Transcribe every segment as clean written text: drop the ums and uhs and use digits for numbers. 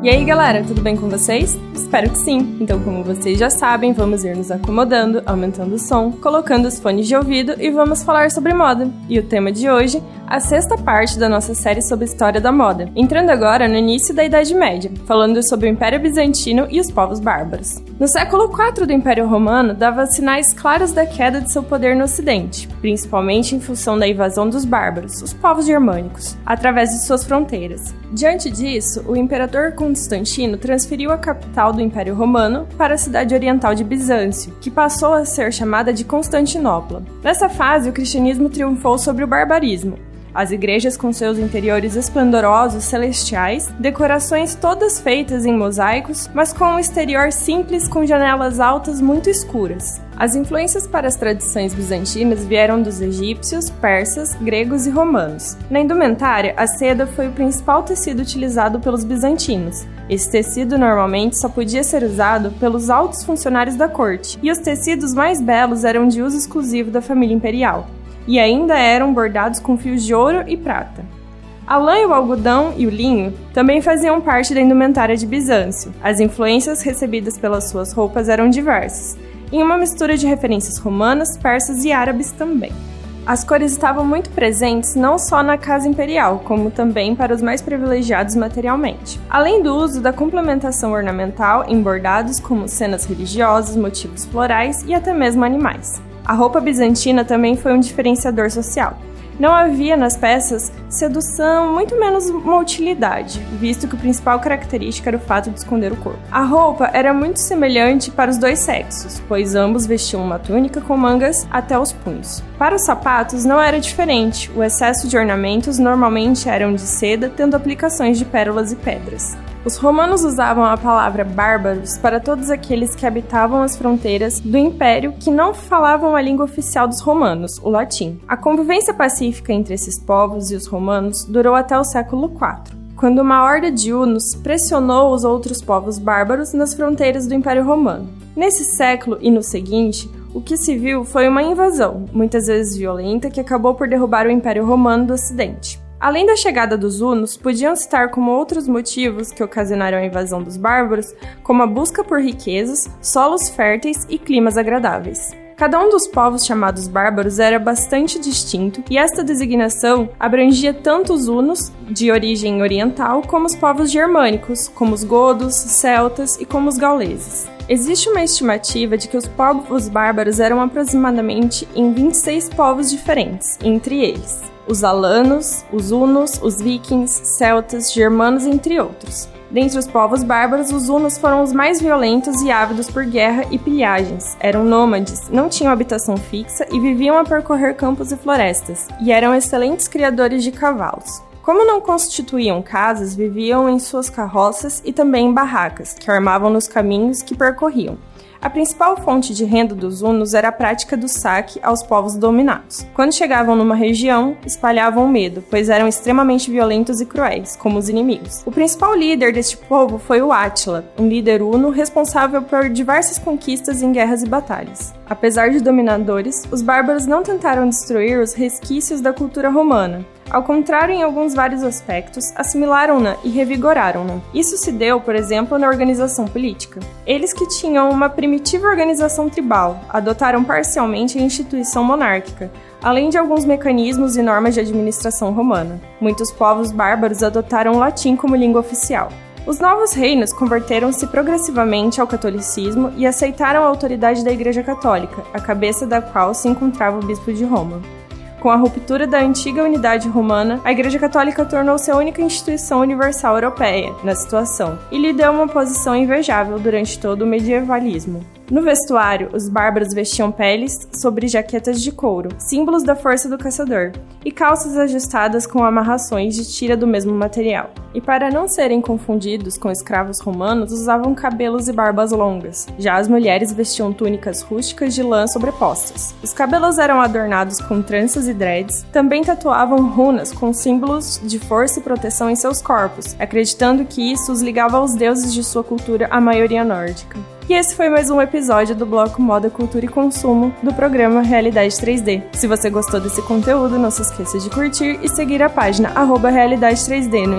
E aí galera, tudo bem com vocês? Espero que sim! Então, como vocês já sabem, vamos ir nos acomodando, aumentando o som, colocando os fones de ouvido e vamos falar sobre moda. E o tema de hoje, a sexta parte da nossa série sobre a história da moda, entrando agora no início da Idade Média, falando sobre o Império Bizantino e os povos bárbaros. No século IV do Império Romano, dava sinais claros da queda de seu poder no Ocidente, principalmente em função da invasão dos bárbaros, os povos germânicos, através de suas fronteiras. Diante disso, o imperador Constantino transferiu a capital do Império Romano para a cidade oriental de Bizâncio, que passou a ser chamada de Constantinopla. Nessa fase, o cristianismo triunfou sobre o barbarismo. As igrejas com seus interiores esplendorosos, celestiais, decorações todas feitas em mosaicos, mas com um exterior simples com janelas altas muito escuras. As influências para as tradições bizantinas vieram dos egípcios, persas, gregos e romanos. Na indumentária, a seda foi o principal tecido utilizado pelos bizantinos. Esse tecido normalmente só podia ser usado pelos altos funcionários da corte, e os tecidos mais belos eram de uso exclusivo da família imperial. E ainda eram bordados com fios de ouro e prata. A lã e o algodão e o linho também faziam parte da indumentária de Bizâncio. As influências recebidas pelas suas roupas eram diversas, em uma mistura de referências romanas, persas e árabes também. As cores estavam muito presentes não só na casa imperial, como também para os mais privilegiados materialmente. Além do uso da complementação ornamental em bordados como cenas religiosas, motivos florais e até mesmo animais. A roupa bizantina também foi um diferenciador social. Não havia nas peças sedução, muito menos uma utilidade, visto que a principal característica era o fato de esconder o corpo. A roupa era muito semelhante para os dois sexos, pois ambos vestiam uma túnica com mangas até os punhos. Para os sapatos não era diferente, o excesso de ornamentos normalmente eram de seda, tendo aplicações de pérolas e pedras. Os romanos usavam a palavra bárbaros para todos aqueles que habitavam as fronteiras do império que não falavam a língua oficial dos romanos, o latim. A convivência pacífica entre esses povos e os romanos durou até o século IV, quando uma horda de hunos pressionou os outros povos bárbaros nas fronteiras do Império Romano. Nesse século e no seguinte, o que se viu foi uma invasão, muitas vezes violenta, que acabou por derrubar o Império Romano do Ocidente. Além da chegada dos hunos, podiam citar como outros motivos que ocasionaram a invasão dos bárbaros, como a busca por riquezas, solos férteis e climas agradáveis. Cada um dos povos chamados bárbaros era bastante distinto, e esta designação abrangia tanto os hunos, de origem oriental, como os povos germânicos, como os godos, celtas e como os gauleses. Existe uma estimativa de que os povos bárbaros eram aproximadamente em 26 povos diferentes, entre eles os alanos, os hunos, os vikings, celtas, germanos, entre outros. Dentre os povos bárbaros, os hunos foram os mais violentos e ávidos por guerra e pilhagens. Eram nômades, não tinham habitação fixa e viviam a percorrer campos e florestas, e eram excelentes criadores de cavalos. Como não constituíam casas, viviam em suas carroças e também em barracas, que armavam nos caminhos que percorriam. A principal fonte de renda dos hunos era a prática do saque aos povos dominados. Quando chegavam numa região, espalhavam medo, pois eram extremamente violentos e cruéis, como os inimigos. O principal líder deste povo foi o Átila, um líder huno responsável por diversas conquistas em guerras e batalhas. Apesar de dominadores, os bárbaros não tentaram destruir os resquícios da cultura romana. Ao contrário, em alguns vários aspectos, assimilaram-na e revigoraram-na. Isso se deu, por exemplo, na organização política. Eles que tinham uma primitiva organização tribal, adotaram parcialmente a instituição monárquica, além de alguns mecanismos e normas de administração romana. Muitos povos bárbaros adotaram o latim como língua oficial. Os novos reinos converteram-se progressivamente ao catolicismo e aceitaram a autoridade da Igreja Católica, à cabeça da qual se encontrava o Bispo de Roma. Com a ruptura da antiga unidade romana, a Igreja Católica tornou-se a única instituição universal europeia na situação e lhe deu uma posição invejável durante todo o medievalismo. No vestuário, os bárbaros vestiam peles sobre jaquetas de couro, símbolos da força do caçador, e calças ajustadas com amarrações de tira do mesmo material. E para não serem confundidos com escravos romanos, usavam cabelos e barbas longas. Já as mulheres vestiam túnicas rústicas de lã sobrepostas. Os cabelos eram adornados com tranças e dreads, também tatuavam runas com símbolos de força e proteção em seus corpos, acreditando que isso os ligava aos deuses de sua cultura, a maioria nórdica. E esse foi mais um episódio do bloco Moda, Cultura e Consumo do programa Realidade 3D. Se você gostou desse conteúdo, não se esqueça de curtir e seguir a página @Realidade 3D no Instagram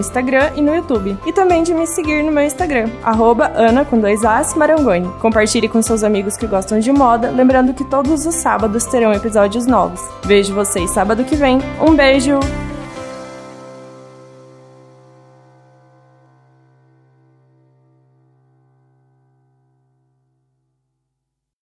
Instagram e no YouTube. E também de me seguir no meu Instagram, @ana_Marangoni. Compartilhe com seus amigos que gostam de moda, lembrando que todos os sábados terão episódios novos. Vejo vocês sábado que vem. Um beijo!